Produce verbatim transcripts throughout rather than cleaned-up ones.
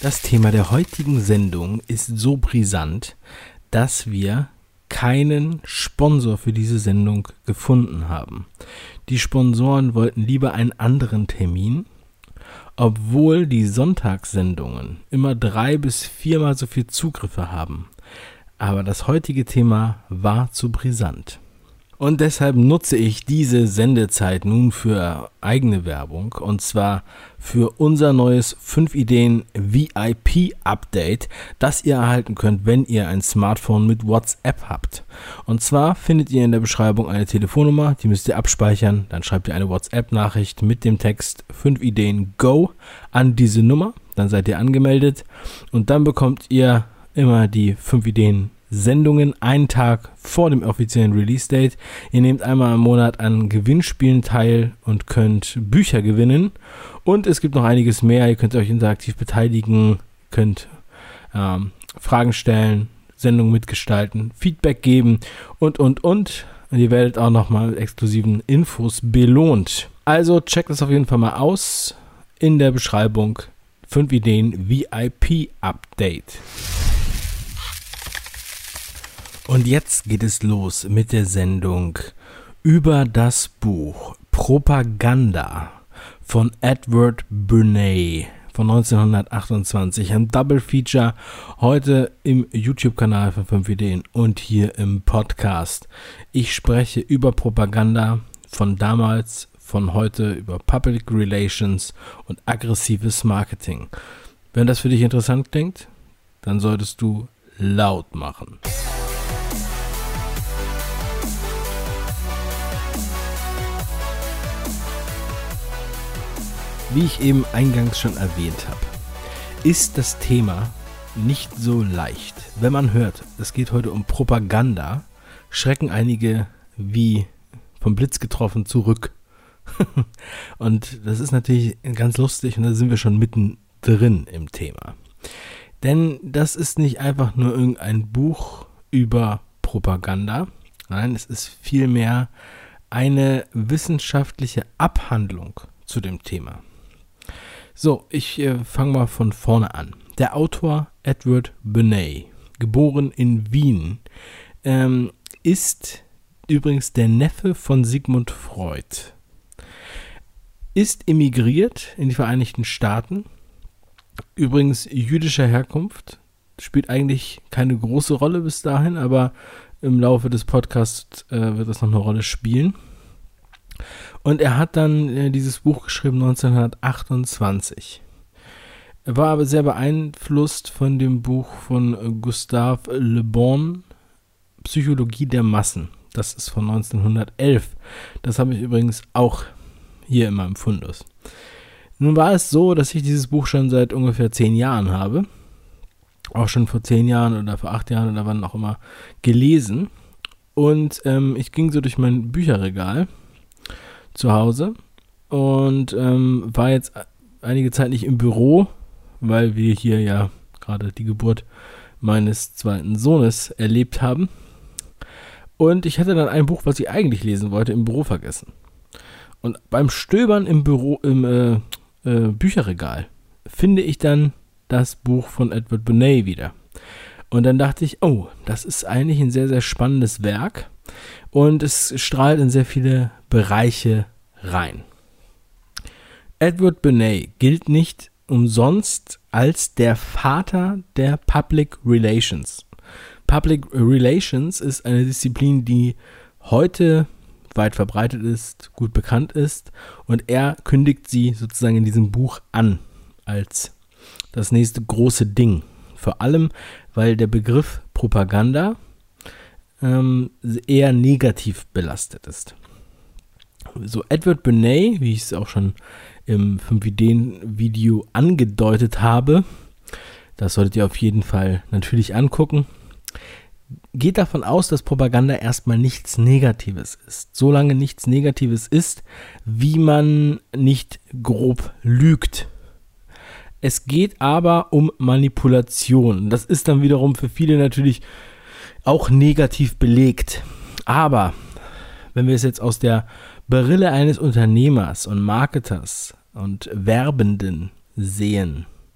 Das Thema der heutigen Sendung ist so brisant, dass wir keinen Sponsor für diese Sendung gefunden haben. Die Sponsoren wollten lieber einen anderen Termin, obwohl die Sonntagssendungen immer drei bis viermal so viel Zugriffe haben. Aber das heutige Thema war zu brisant. Und deshalb nutze ich diese Sendezeit nun für eigene Werbung, und zwar für unser neues fünf Ideen V I P Update, das ihr erhalten könnt, wenn ihr ein Smartphone mit WhatsApp habt. Und zwar findet ihr in der Beschreibung eine Telefonnummer, die müsst ihr abspeichern, dann schreibt ihr eine WhatsApp-Nachricht mit dem Text fünf Ideen Go an diese Nummer, dann seid ihr angemeldet und dann bekommt ihr immer die fünf Ideen Sendungen einen Tag vor dem offiziellen Release-Date. Ihr nehmt einmal im Monat an Gewinnspielen teil und könnt Bücher gewinnen. Und es gibt noch einiges mehr. Ihr könnt euch interaktiv beteiligen, könnt ähm, Fragen stellen, Sendungen mitgestalten, Feedback geben und, und, und. Und ihr werdet auch nochmal mit exklusiven Infos belohnt. Also checkt das auf jeden Fall mal aus. In der Beschreibung fünf Ideen V I P Update. Und jetzt geht es los mit der Sendung über das Buch Propaganda von Edward Bernay von neunzehnhundertachtundzwanzig. Ein Double Feature heute im YouTube-Kanal von fünf Ideen und hier im Podcast. Ich spreche über Propaganda von damals, von heute, über Public Relations und aggressives Marketing. Wenn das für dich interessant klingt, dann solltest du laut machen. Wie ich eben eingangs schon erwähnt habe, ist das Thema nicht so leicht. Wenn man hört, es geht heute um Propaganda, schrecken einige wie vom Blitz getroffen zurück. Und das ist natürlich ganz lustig und da sind wir schon mittendrin im Thema. Denn das ist nicht einfach nur irgendein Buch über Propaganda, nein, es ist vielmehr eine wissenschaftliche Abhandlung zu dem Thema. So, ich äh, fange mal von vorne an. Der Autor Edward Bernay, geboren in Wien, ähm, ist übrigens der Neffe von Sigmund Freud. Ist emigriert in die Vereinigten Staaten, übrigens jüdischer Herkunft, spielt eigentlich keine große Rolle bis dahin, aber im Laufe des Podcasts äh, wird das noch eine Rolle spielen. Und er hat dann äh, dieses Buch geschrieben neunzehnhundertachtundzwanzig. Er war aber sehr beeinflusst von dem Buch von äh, Gustave Le Bon, Psychologie der Massen. Das ist von neunzehnhundertelf. Das habe ich übrigens auch hier in meinem Fundus. Nun war es so, dass ich dieses Buch schon seit ungefähr zehn Jahren habe. Auch schon vor zehn Jahren oder vor acht Jahren oder wann auch immer gelesen. Und ähm, ich ging so durch mein Bücherregal zu Hause und ähm, war jetzt einige Zeit nicht im Büro, weil wir hier ja gerade die Geburt meines zweiten Sohnes erlebt haben. Und ich hatte dann ein Buch, was ich eigentlich lesen wollte, im Büro vergessen. Und beim Stöbern im Büro, im äh, äh, Bücherregal finde ich dann das Buch von Edward Bernay wieder. Und dann dachte ich, oh, das ist eigentlich ein sehr, sehr spannendes Werk. Und es strahlt in sehr viele Bereiche rein. Edward Bernay gilt nicht umsonst als der Vater der Public Relations. Public Relations ist eine Disziplin, die heute weit verbreitet ist, gut bekannt ist, und er kündigt sie sozusagen in diesem Buch an als das nächste große Ding. Vor allem, weil der Begriff Propaganda ähm, eher negativ belastet ist. So, Edward Bernay, wie ich es auch schon im fünf Ideen Video angedeutet habe, das solltet ihr auf jeden Fall natürlich angucken, geht davon aus, dass Propaganda erstmal nichts Negatives ist. Solange nichts Negatives ist, wie man nicht grob lügt. Es geht aber um Manipulation. Das ist dann wiederum für viele natürlich auch negativ belegt. Aber wenn wir es jetzt aus der Brille eines Unternehmers und Marketers und Werbenden sehen,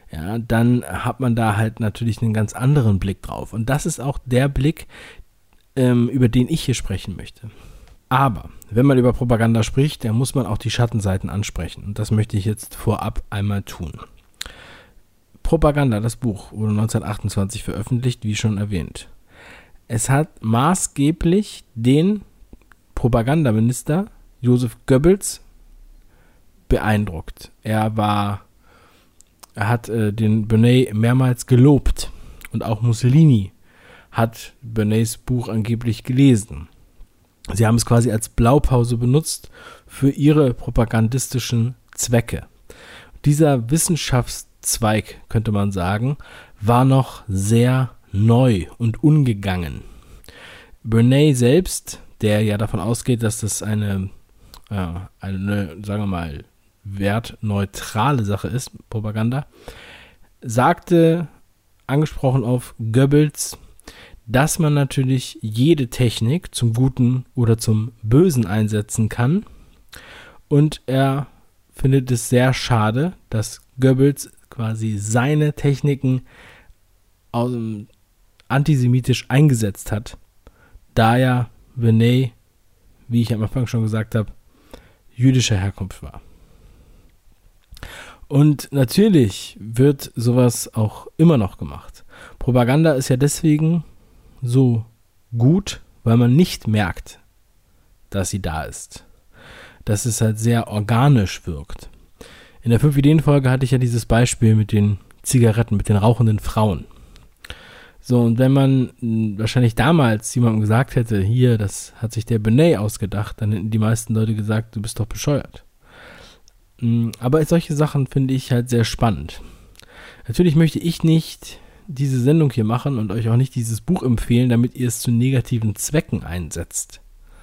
ja, dann hat man da halt natürlich einen ganz anderen Blick drauf. Und das ist auch der Blick, ähm, über den ich hier sprechen möchte. Aber wenn man über Propaganda spricht, dann muss man auch die Schattenseiten ansprechen. Und das möchte ich jetzt vorab einmal tun. Propaganda, das Buch, wurde neunzehnhundertachtundzwanzig veröffentlicht, wie schon erwähnt. Es hat maßgeblich den Propagandaminister Joseph Goebbels beeindruckt. Er war, er hat äh, den Bernay mehrmals gelobt und auch Mussolini hat Bernays Buch angeblich gelesen. Sie haben es quasi als Blaupause benutzt für ihre propagandistischen Zwecke. Dieser Wissenschaftszweig, könnte man sagen, war noch sehr neu und ungegangen. Bernay selbst, der ja davon ausgeht, dass das eine, äh, eine, sagen wir mal, wertneutrale Sache ist, Propaganda, sagte, angesprochen auf Goebbels, dass man natürlich jede Technik zum Guten oder zum Bösen einsetzen kann. Und er findet es sehr schade, dass Goebbels quasi seine Techniken antisemitisch eingesetzt hat, da ja Bernay, wie ich am Anfang schon gesagt habe, jüdischer Herkunft war. Und natürlich wird sowas auch immer noch gemacht. Propaganda ist ja deswegen so gut, weil man nicht merkt, dass sie da ist. Dass es halt sehr organisch wirkt. In der fünf-Ideen-Folge hatte ich ja dieses Beispiel mit den Zigaretten, mit den rauchenden Frauen. So, und wenn man wahrscheinlich damals jemandem gesagt hätte, hier, das hat sich der Bernay ausgedacht, dann hätten die meisten Leute gesagt, du bist doch bescheuert. Aber solche Sachen finde ich halt sehr spannend. Natürlich möchte ich nicht diese Sendung hier machen und euch auch nicht dieses Buch empfehlen, damit ihr es zu negativen Zwecken einsetzt.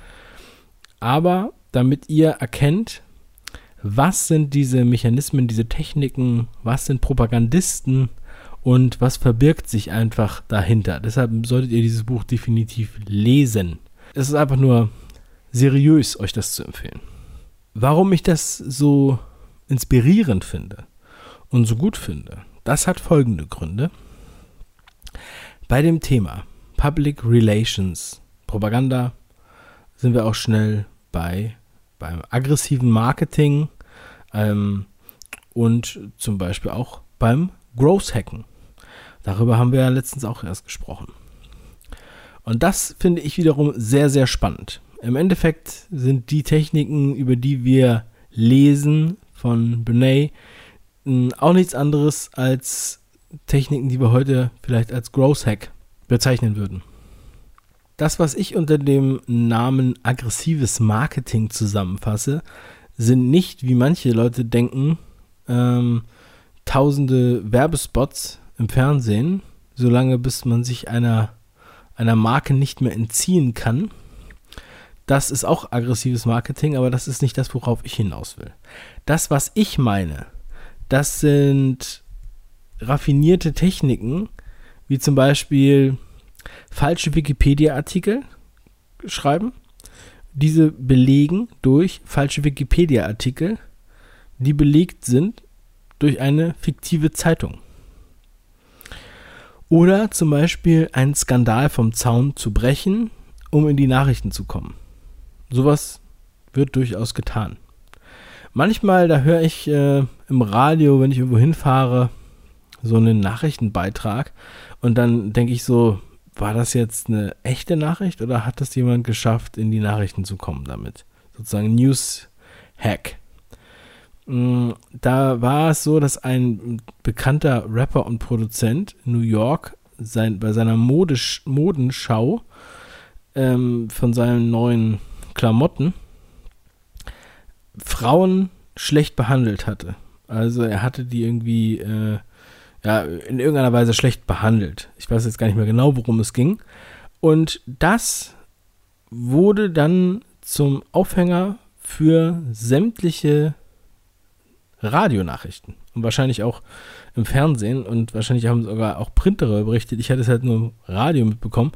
Aber damit ihr erkennt, was sind diese Mechanismen, diese Techniken, was sind Propagandisten und was verbirgt sich einfach dahinter. Deshalb solltet ihr dieses Buch definitiv lesen. Es ist einfach nur seriös, euch das zu empfehlen. Warum ich das so inspirierend finde und so gut finde, das hat folgende Gründe. Bei dem Thema Public Relations, Propaganda, sind wir auch schnell bei beim aggressiven Marketing ähm, und zum Beispiel auch beim Growth Hacken. Darüber haben wir ja letztens auch erst gesprochen. Und das finde ich wiederum sehr, sehr spannend. Im Endeffekt sind die Techniken, über die wir lesen von Bernay, auch nichts anderes als Techniken, die wir heute vielleicht als Growth Hack bezeichnen würden. Das, was ich unter dem Namen aggressives Marketing zusammenfasse, sind nicht, wie manche Leute denken, ähm, tausende Werbespots im Fernsehen, solange bis man sich einer, einer Marke nicht mehr entziehen kann. Das ist auch aggressives Marketing, aber das ist nicht das, worauf ich hinaus will. Das, was ich meine, das sind raffinierte Techniken, wie zum Beispiel falsche Wikipedia-Artikel schreiben. Diese belegen durch falsche Wikipedia-Artikel, die belegt sind durch eine fiktive Zeitung. Oder zum Beispiel einen Skandal vom Zaun zu brechen, um in die Nachrichten zu kommen. Sowas wird durchaus getan. Manchmal, da höre ich äh, im Radio, wenn ich irgendwo hinfahre, so einen Nachrichtenbeitrag und dann denke ich so, war das jetzt eine echte Nachricht oder hat das jemand geschafft, in die Nachrichten zu kommen damit? Sozusagen News-Hack. Da war es so, dass ein bekannter Rapper und Produzent in New York sein, bei seiner Modisch, Modenschau ähm, von seinen neuen Klamotten Frauen schlecht behandelt hatte. Also er hatte die irgendwie äh, ja, in irgendeiner Weise schlecht behandelt. Ich weiß jetzt gar nicht mehr genau, worum es ging. Und das wurde dann zum Aufhänger für sämtliche Radionachrichten und wahrscheinlich auch im Fernsehen und wahrscheinlich haben sogar auch Print darüber berichtet. Ich hatte es halt nur im Radio mitbekommen.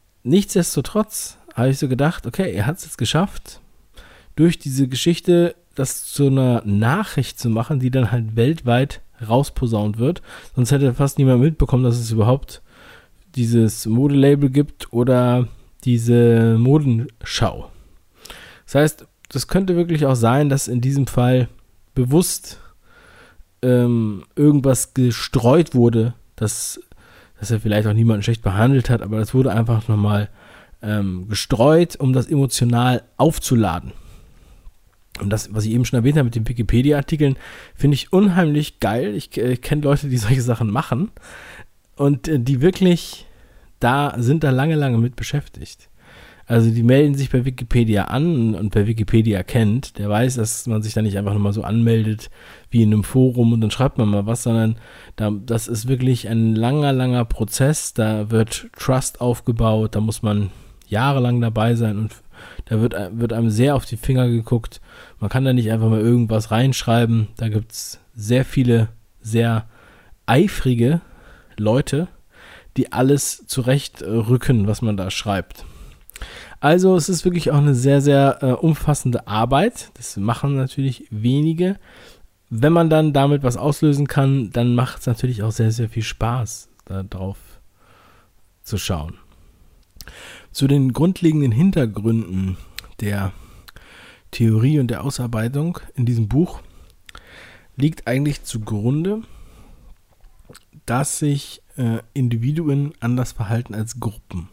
Nichtsdestotrotz habe ich so gedacht, okay, er hat es jetzt geschafft, durch diese Geschichte das zu einer Nachricht zu machen, die dann halt weltweit rausposaunt wird. Sonst hätte fast niemand mitbekommen, dass es überhaupt dieses Modelabel gibt oder diese Modenschau. Das heißt, das könnte wirklich auch sein, dass in diesem Fall bewusst ähm, irgendwas gestreut wurde, dass, dass er vielleicht auch niemanden schlecht behandelt hat, aber das wurde einfach nochmal ähm, gestreut, um das emotional aufzuladen. Und das, was ich eben schon erwähnt habe mit den Wikipedia-Artikeln, finde ich unheimlich geil. Ich äh, kenne Leute, die solche Sachen machen und äh, die wirklich da sind da lange, lange mit beschäftigt. Also die melden sich bei Wikipedia an und wer Wikipedia kennt, der weiß, dass man sich da nicht einfach nochmal so anmeldet wie in einem Forum und dann schreibt man mal was, sondern da, das ist wirklich ein langer, langer Prozess. Da wird Trust aufgebaut, da muss man jahrelang dabei sein und da wird, wird einem sehr auf die Finger geguckt. Man kann da nicht einfach mal irgendwas reinschreiben. Da gibt es sehr viele, sehr eifrige Leute, die alles zurechtrücken, was man da schreibt. Also es ist wirklich auch eine sehr, sehr äh, umfassende Arbeit. Das machen natürlich wenige. Wenn man dann damit was auslösen kann, dann macht es natürlich auch sehr, sehr viel Spaß, da drauf zu schauen. Zu den grundlegenden Hintergründen der Theorie und der Ausarbeitung in diesem Buch liegt eigentlich zugrunde, dass sich äh, Individuen anders verhalten als Gruppen.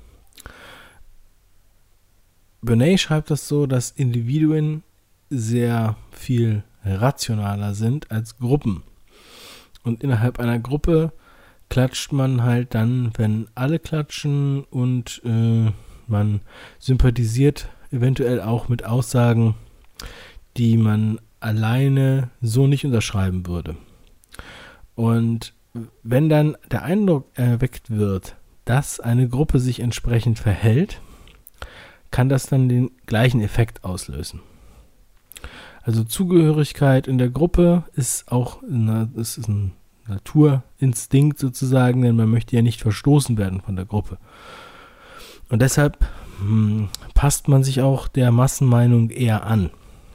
Bernays schreibt das so, dass Individuen sehr viel rationaler sind als Gruppen. Und innerhalb einer Gruppe klatscht man halt dann, wenn alle klatschen und äh, man sympathisiert eventuell auch mit Aussagen, die man alleine so nicht unterschreiben würde. Und wenn dann der Eindruck erweckt wird, dass eine Gruppe sich entsprechend verhält, kann das dann den gleichen Effekt auslösen. Also Zugehörigkeit in der Gruppe ist auch eine, das ist ein Naturinstinkt sozusagen, denn man möchte ja nicht verstoßen werden von der Gruppe. Und deshalb hm, passt man sich auch der Massenmeinung eher an.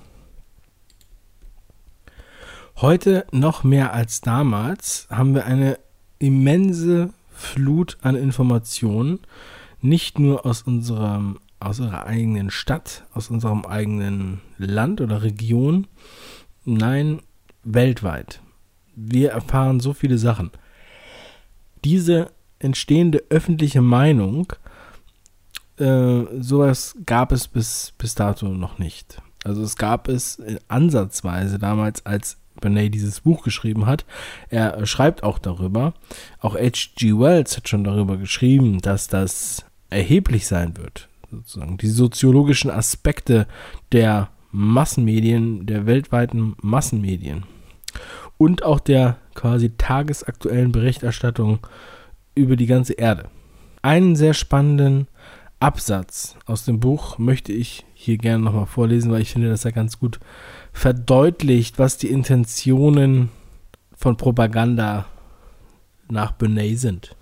Heute noch mehr als damals haben wir eine immense Flut an Informationen, nicht nur aus unserem aus unserer eigenen Stadt, aus unserem eigenen Land oder Region, nein, weltweit. Wir erfahren so viele Sachen. Diese entstehende öffentliche Meinung, äh, sowas gab es bis, bis dato noch nicht. Also es gab es ansatzweise damals, als Bernays dieses Buch geschrieben hat. Er schreibt auch darüber. Auch H G Wells hat schon darüber geschrieben, dass das erheblich sein wird. Sozusagen die soziologischen Aspekte der Massenmedien, der weltweiten Massenmedien und auch der quasi tagesaktuellen Berichterstattung über die ganze Erde. Einen sehr spannenden Absatz aus dem Buch möchte ich hier gerne nochmal vorlesen, weil ich finde, dass er ganz gut verdeutlicht, was die Intentionen von Propaganda nach Bernays sind.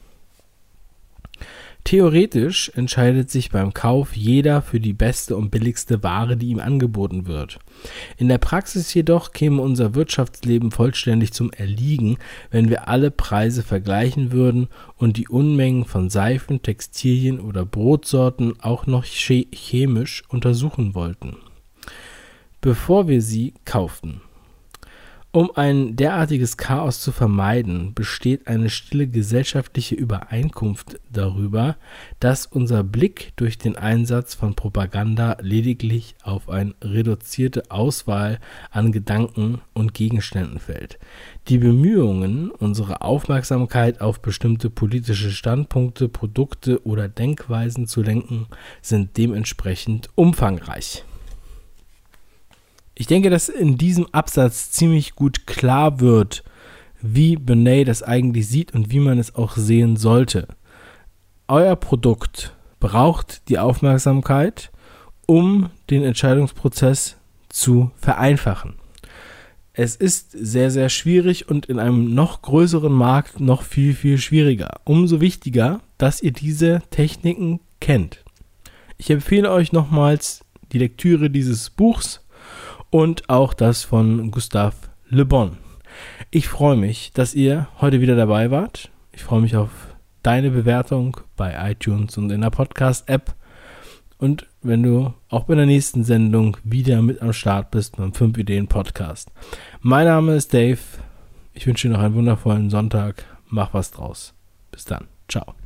Theoretisch entscheidet sich beim Kauf jeder für die beste und billigste Ware, die ihm angeboten wird. In der Praxis jedoch käme unser Wirtschaftsleben vollständig zum Erliegen, wenn wir alle Preise vergleichen würden und die Unmengen von Seifen, Textilien oder Brotsorten auch noch chemisch untersuchen wollten, bevor wir sie kauften. Um ein derartiges Chaos zu vermeiden, besteht eine stille gesellschaftliche Übereinkunft darüber, dass unser Blick durch den Einsatz von Propaganda lediglich auf eine reduzierte Auswahl an Gedanken und Gegenständen fällt. Die Bemühungen, unsere Aufmerksamkeit auf bestimmte politische Standpunkte, Produkte oder Denkweisen zu lenken, sind dementsprechend umfangreich. Ich denke, dass in diesem Absatz ziemlich gut klar wird, wie Bernays das eigentlich sieht und wie man es auch sehen sollte. Euer Produkt braucht die Aufmerksamkeit, um den Entscheidungsprozess zu vereinfachen. Es ist sehr, sehr schwierig und in einem noch größeren Markt noch viel, viel schwieriger. Umso wichtiger, dass ihr diese Techniken kennt. Ich empfehle euch nochmals die Lektüre dieses Buchs und auch das von Gustave Le Bon. Ich freue mich, dass ihr heute wieder dabei wart. Ich freue mich auf deine Bewertung bei iTunes und in der Podcast-App. Und wenn du auch bei der nächsten Sendung wieder mit am Start bist beim fünf Ideen Podcast. Mein Name ist Dave. Ich wünsche dir noch einen wundervollen Sonntag. Mach was draus. Bis dann. Ciao.